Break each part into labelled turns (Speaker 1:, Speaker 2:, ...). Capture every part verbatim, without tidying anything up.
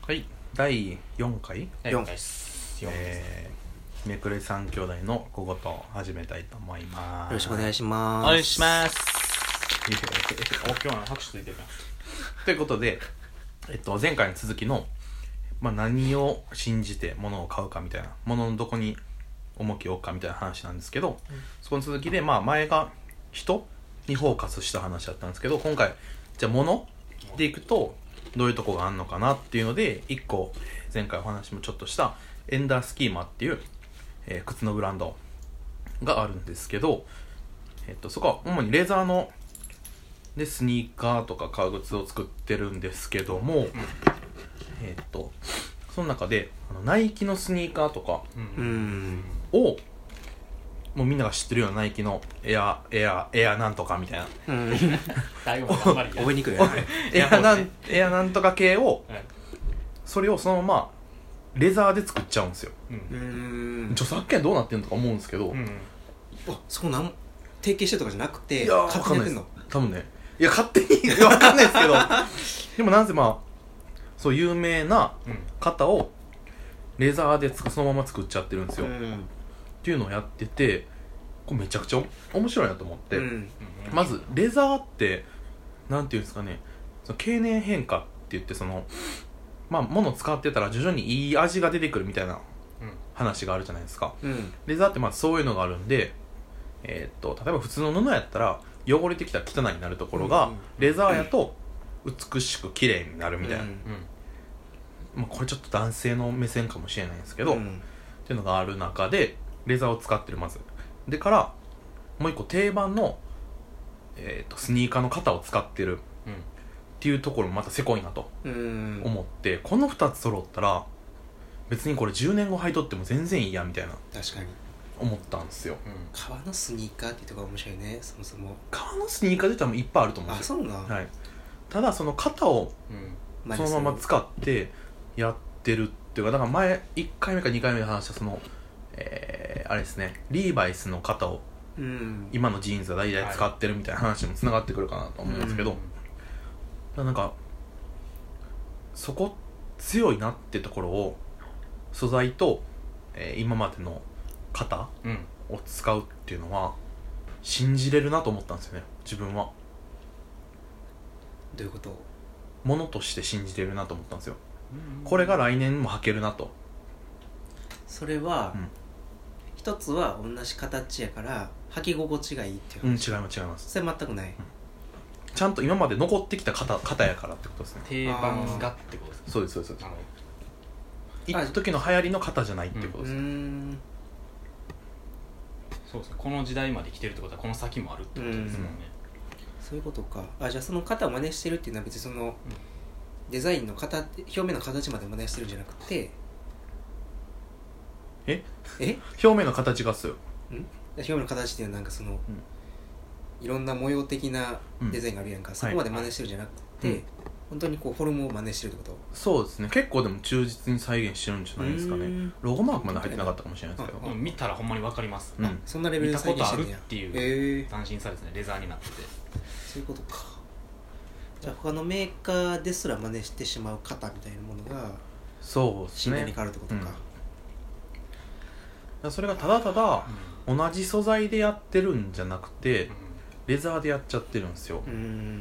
Speaker 1: はい、だいよんかい
Speaker 2: よんかいです。
Speaker 1: えー、めくれ三兄弟の小言を始めたいと思います。
Speaker 2: よろしくお願いします。
Speaker 3: お願いします。
Speaker 1: お、今日は拍手ついてるな。ということで、えっと、前回の続きの、まあ、何を信じて物を買うかみたいな、物のどこに重きを置くかみたいな話なんですけど、うん、そこの続きで、まあ、前が人にフォーカスした話だったんですけど、今回じゃあ物でいくとどういうとこがあるのかなっていうので、いっこ前回お話もちょっとしたエンダースキーマっていう、えー、靴のブランドがあるんですけど、えっと、そこは主にレザーのでスニーカーとか革靴を作ってるんですけども、うん、えっとその中であのナイキのスニーカーとかを、もうみんなが知ってるようなナイキのエアエアエアなんとかみたいな、うん、
Speaker 2: 覚えにくいよね
Speaker 1: エアなんエアなんとか系を、はい、それをそのままレザーで作っちゃうんですよ。うん、著作権どうなってんのとか思うんですけど、うん、
Speaker 2: あ、そうなん提携してるとかじゃなくて、
Speaker 1: いや勝手にやってんの多分ね、いや勝手に分かんないですけどでもなんせまあそう有名な方をレザーでそのまま作っちゃってるんですよ、うん、っていうのをやってて、これめちゃくちゃ面白いなと思って、うん、まずレザーってなんていうんですかね、その経年変化って言って、そのまあ物使ってたら徐々にいい味が出てくるみたいな話があるじゃないですか、うん、レザーってまずそういうのがあるんで、えー、っと例えば普通の布やったら汚れてきたら汚いになるところが、うんうん、レザーやと美しく綺麗になるみたいな、うんうん、まあ、これちょっと男性の目線かもしれないんですけど、うん、っていうのがある中でレザーを使ってる、まずでからもう一個定番の、えー、とスニーカーの型を使ってるっていうところもまたせこいなと思って、うん、このふたつ揃ったら別にこれじゅうねんご履いとっても全然いいやみたいな、
Speaker 2: 確かに思
Speaker 1: ったんですよ、うん、
Speaker 2: 革のスニーカーっていうところが面白いね。そもそも
Speaker 1: 革のスニーカーで多分いっぱいあると思うんですよ。
Speaker 2: あ、そうなん、
Speaker 1: はい、ただその型をそのまま使ってやってるっていうか、だから前いっかいめかにかいめで話したその、えー、あれですね、リーバイスの型を今のジーンズは大体使ってるみたいな話にもつながってくるかなと思うんですけど、うん、なんかそこ強いなってところを素材と、えー、今までの型を使うっていうのは信じれるなと思ったんですよね、自分は。
Speaker 2: どういうこと？
Speaker 1: ものとして信じれるなと思ったんですよ。これが来年も履けるなと。
Speaker 2: それは、うん、一つは同じ形やから履き心地がいいっていう話。
Speaker 1: うん、違います違います。
Speaker 2: それ全くない、うん、
Speaker 1: ちゃんと今まで残ってきた 型, 型やからってことですね。
Speaker 3: 定番がってことですか？
Speaker 1: そうですそうです。一時の流行りの型じゃないってことです、ね、うん、
Speaker 3: そうですね。この時代まで来てるってことはこの先もあるってことですもんね、
Speaker 2: うん、そういうことか。あ、じゃあその型を真似してるっていうのは別にその、うん、デザインの型、表面の形まで真似してるんじゃなくて、
Speaker 1: え
Speaker 2: え
Speaker 1: 表面の形がっすよ。
Speaker 2: ん表面の形っていうのはなんかその、うん、いろんな模様的なデザインがあるやんか、うん、そこまで真似してるんじゃなくて、はい、本当にこうフォルムを真似してるってこと？
Speaker 1: そうですね。結構でも忠実に再現してるんじゃないですかね。ロゴマークまで入ってなかったかもしれないですけど、
Speaker 3: うん、見たらほんまに分かります、
Speaker 2: うん、そんなレベルで再現してるんや。
Speaker 3: 見たことあるっていう斬新さですね、レザーになってて。
Speaker 2: そういうことか。じゃあ他のメーカーですら真似してしまう型みたいなものが
Speaker 1: そうですね、
Speaker 2: 信頼に変わるってことか、
Speaker 1: うん、それがただただ同じ素材でやってるんじゃなくて、うん、レザーでやっちゃってるんですよ。うん、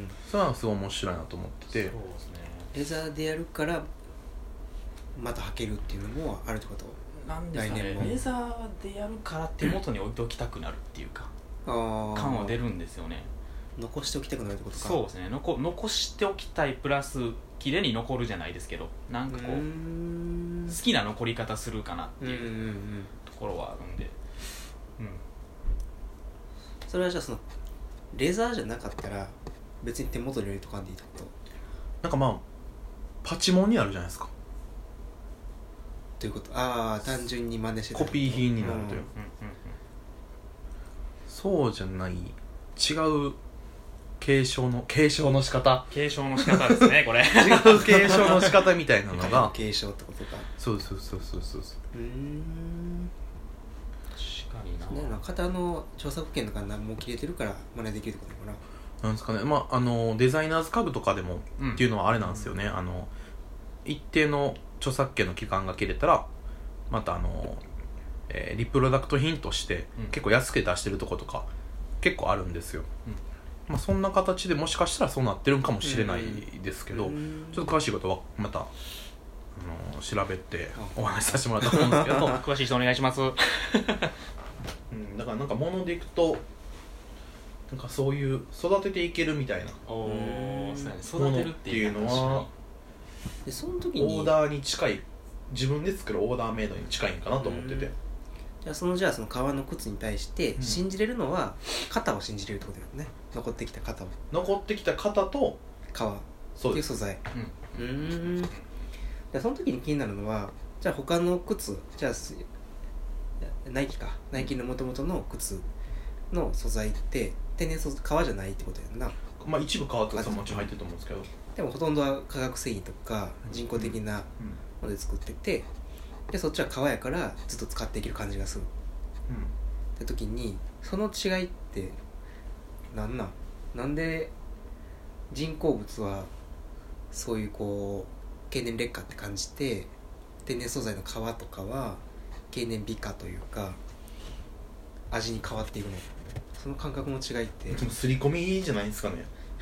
Speaker 1: それはすごい面白いなと思ってて、
Speaker 2: そうですね、レザーでやるからまた履けるっていうのもあるってこと
Speaker 3: なんですかね。レザーでやるから手元に置いておきたくなるっていうか感は出るんですよね。
Speaker 2: 残しておきたくなるってことか。
Speaker 3: そうですね、残, 残しておきたいプラス綺麗に残るじゃないですけど、なんかこう好きな残り方するかなっていうところはあるんで、うん、
Speaker 2: それはじゃあそのレザーじゃなかったら別に手元に入れとかんでいいってこと？
Speaker 1: なんかまあパチモンになるじゃないですか。
Speaker 2: ということ？ああ、単純に真似してた
Speaker 1: コピー品になるという、うん、そうじゃない、違う継承の継承の仕方
Speaker 3: 継承の仕方ですねこれ
Speaker 1: 違う継承の仕方みたいなのが
Speaker 2: 継承ってことか。
Speaker 1: そうそうそうそうそう。うー
Speaker 2: ん、
Speaker 3: 確かにな。
Speaker 2: ね、型の著作権とかもう切れてるから真似できるってことなのかな。
Speaker 1: なんですかね、まああのデザイナーズ家具とかでも、うん、っていうのはあれなんですよね、あの一定の著作権の期間が切れたらまたあの、えー、リプロダクト品として結構安く出してるとことか結構あるんですよ、うんまあ、そんな形でもしかしたらそうなってるんかもしれないですけど、うん、ちょっと詳しいことはまた、あのー、調べてお話しさせてもらったと思うんですけど
Speaker 3: 詳しい人お願いします、うん、
Speaker 1: だからなんか物でいくとなんかそういう育てていけるみたいな
Speaker 3: お
Speaker 1: ー育てるっていうのは
Speaker 2: でその時に
Speaker 1: オーダーに近い自分で作るオーダーメイドに近いんかなと思ってて、
Speaker 2: じゃあそのじゃあその革の靴に対して信じれるのは型を信じれるってことだよね、残ってきた型を
Speaker 1: 残ってきた型と
Speaker 2: 革っていう素材うーんじゃあその時に気になるのはじゃあ他の靴じゃあナイキかナイキの元々の靴の素材って天然素材革じゃないってことやんな。
Speaker 1: まあ一部革とかもちろん入ってると思うんですけど
Speaker 2: でもほとんどは化学繊維とか人工的なので作ってて、でそっちは革やからずっと使っていける感じがする、うん、って時にその違いってなんなんなんで人工物はそういうこう経年劣化って感じて天然素材の革とかは経年美化というか味に変わっていくの。その感覚の違いって
Speaker 1: でもすり込みじゃないですかね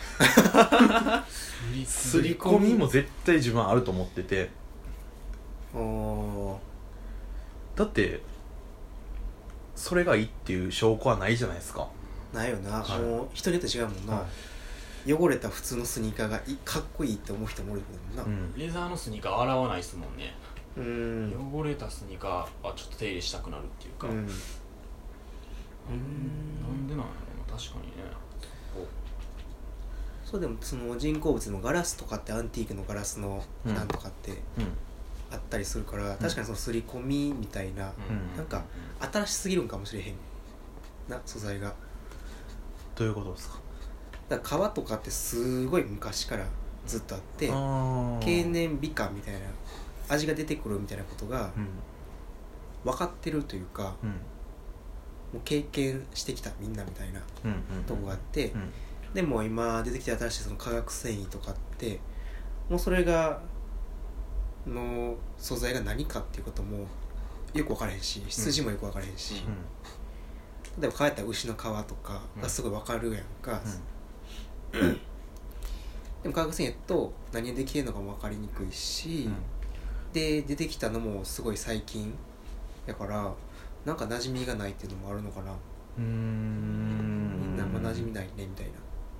Speaker 1: すり込みも絶対自分はあると思ってて
Speaker 2: お
Speaker 1: だってそれがいいっていう証拠はないじゃないですか。
Speaker 2: ないよな、はい、もう人によって違うもんな、はい、汚れた普通のスニーカーがかっこいいって思う人もおるもんな、
Speaker 3: うん、レザーのスニーカー洗わないですもんね。
Speaker 2: うん
Speaker 3: 汚れたスニーカーはちょっと手入れしたくなるっていうか、うん、うんなんでなんやろな。確かにね。
Speaker 2: そうでもその人工物のガラスとかってアンティークのガラスのなんとかってあったりするから、うん、確かにそのすり込みみたいな、うん、なんか新しすぎるんかもしれへんな素材が。
Speaker 1: どういうことですか。
Speaker 2: だから革とかってすごい昔からずっとあって経年美化みたいな味が出てくるみたいなことが分かってるというか、うん、もう経験してきたみんなみたいなとこがあって、うんうんうん、でも今出てきた新しいその化学繊維とかってもうそれがの素材が何かっていうこともよく分からへんし羊もよく分からへんし、うん、例えば変えたら牛の皮とかがすごい分かるやんか、うんうん、でも化学繊維やと何でできてるのかも分かりにくいし、うん、で出てきたのもすごい最近だからなんか馴染みがないっていうのもあるのかな。
Speaker 1: うーん
Speaker 2: みんなあんま馴染みないねみたいな。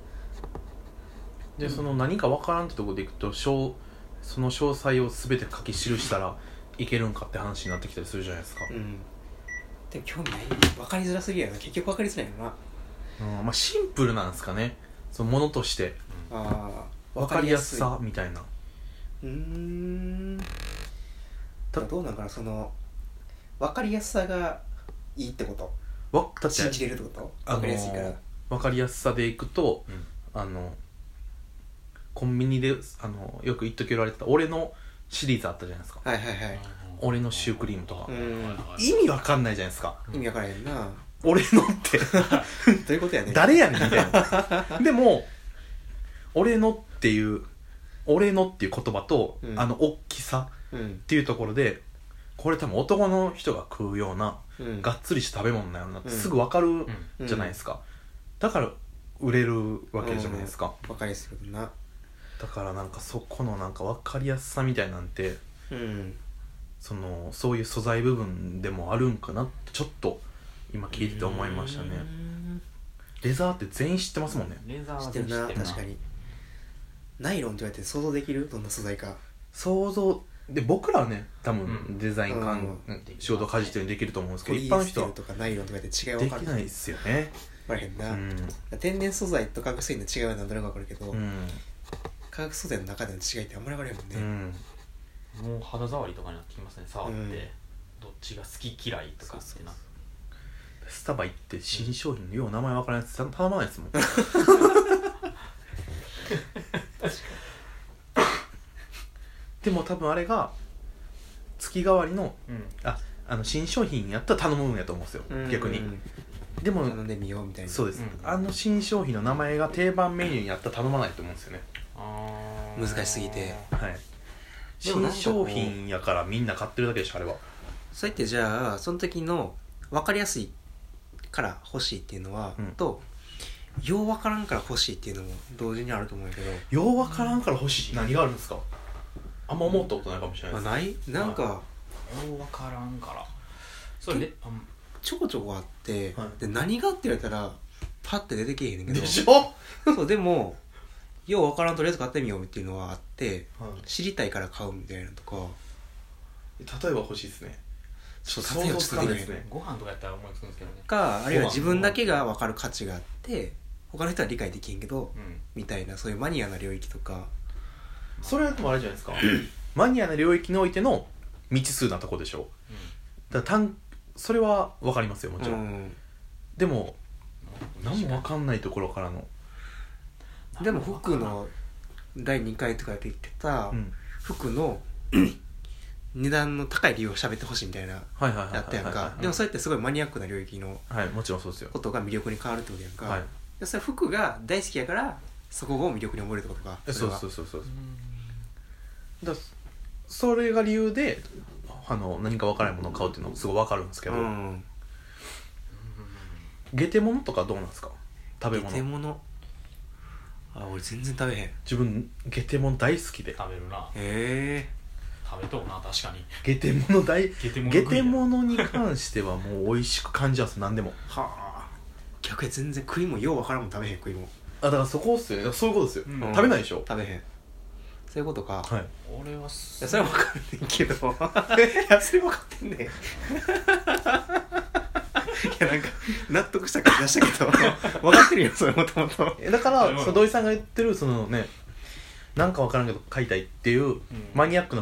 Speaker 1: でその何か分からんってところでいくとその詳細を全て書き記したらいけるんかって話になってきたりするじゃないですか、
Speaker 2: うん、でも興味ない分かりづらすぎやな。結局分かりづらいよ
Speaker 1: な、うんまあ、シンプルなんですかねそのものとして、
Speaker 2: うん、あ
Speaker 1: 分かりやすさみたいな。
Speaker 2: うーんどうなんかなその分かりやすさがいいってこと
Speaker 1: わだって
Speaker 2: 信じれるってこと分かりやすいから、あのー、
Speaker 1: 分かりやすさでいくと、うん、あのコンビニであのよく一時言われてた俺のシリーズあったじゃないですか。
Speaker 2: はいはいはい。
Speaker 1: 俺のシュークリームとか、
Speaker 2: うん、
Speaker 1: 意味わかんないじゃないですか。
Speaker 2: 意味わからへんな。
Speaker 1: 俺のってど
Speaker 2: ういうことやねん。
Speaker 1: 誰やねんみたいな。でも俺のっていう俺のっていう言葉と、うん、あの大きさっていうところで、これ多分男の人が食うような、うん、がっつりした食べ物なんやろなってすぐわかるじゃないですか、うん、だから売れるわけじゃないですか。
Speaker 2: わかりやすいけどな。
Speaker 1: だからなんかそこのなんか分かりやすさみたいなんて、
Speaker 2: うん、
Speaker 1: そのそういう素材部分でもあるんかなってちょっと今聞いてて思いましたね。レザーって全員知ってますもんね。
Speaker 3: レザーは
Speaker 2: 知ってるな。確かにナイロンって言われて想像できるどんな素材か。
Speaker 1: 想像で僕らはね多分デザインか、うん、仕事かじってできると思うんですけど、一般の人は
Speaker 2: ポリエステルとかナイロンとかで違い分かる
Speaker 1: できないですよね。
Speaker 2: 分からへんな、うん、天然素材と化学繊維の違いは何となく分かるけど、うん、化学素材の中での違いってあんまり分からへんもんね、
Speaker 3: うん、もう肌触りとかになってきますね。触って、うん、どっちが好き嫌いとかってな。
Speaker 1: スタバ行って新商品のよう名前分からないやつ頼まないですもんでも多分あれが月替わりの、うん、ああの新商品やったら頼むんやと思うんですよ、うんうんうん、逆に。でも
Speaker 2: 頼んでみようみたいな。
Speaker 1: そうです、
Speaker 3: うん、
Speaker 1: あの新商品の名前が定番メニューにやったら頼まないと思うんですよね。
Speaker 2: あ難しすぎて、
Speaker 1: はい、 新商品やからみんな買ってるだけでしょあれは。
Speaker 2: そうやってじゃあその時の分かりやすいから欲しいっていうのは、うん、とよう分からんから欲しいっていうのも同時にあると思うんやけど、
Speaker 1: よう分からんから欲しい、何があるんですか？あんま思ったことないかもしれないです。
Speaker 2: あ、ないなんかよ
Speaker 3: う分からんからそれで
Speaker 2: ちょこちょこあって、はい、で何がって言われたらパッて出てけへんねんけど、
Speaker 1: でしょ
Speaker 2: そうでもよう分からんとりあえず買ってみようっていうのはあって、はい、知りたいから買うみたいなとか。
Speaker 1: 例えば欲しいですね。
Speaker 2: ちょっと例えばちょっとですね。
Speaker 3: ご飯とかやったら思いつくんですけどね。
Speaker 2: かあるいは自分だけが分かる価値があって他の人は理解できへんけど、うん、みたいなそういうマニアな領域とか。
Speaker 1: それはでもあれじゃないですかマニアな領域においての未知数なとこでしょ、うん、だから単それは分かりますよもちろん、うん、でも何も分かんないところからの
Speaker 2: でも服のだいにかいとかで言ってた、うん、服の値段の高い理由を喋ってほしいみたいなやったやんか。でもそうやってすごいマニアックな領域のことが魅力に変わるってことやんか、はい、でそれ服が大好きやからそこを魅力に思えるってことか。
Speaker 1: そうそうそうそう。だそれが理由であの何か分からないものを買うっていうのもすごい分かるんですけど、うん、ゲテモノとかどうなんですか？食べ物。
Speaker 2: ゲテモノ、あ、俺全然食べへん。
Speaker 1: 自分ゲテモノ大好きで。
Speaker 3: 食べるな。
Speaker 2: へえ。
Speaker 3: 食べとうな、確かに。
Speaker 1: ゲテモノ大ゲテモノゲテモノに関してはもう美味しく感じます何でも。
Speaker 2: はあ。逆に全然食いもよう分からんもん食べへん食いも。
Speaker 1: あ、だからそこっすよね。そういうことですよ、うん、食べないでしょ。
Speaker 2: 食べへん。そういうことか。
Speaker 3: はい。俺はす
Speaker 2: いやそれは分かるねんけどいやそれ分かってんねんいやなんか納得した感じ出したけど分かってるよそれもともと。
Speaker 1: だからその土井さんが言ってるそのねなんか分からんけど買いたいっていうマニアックな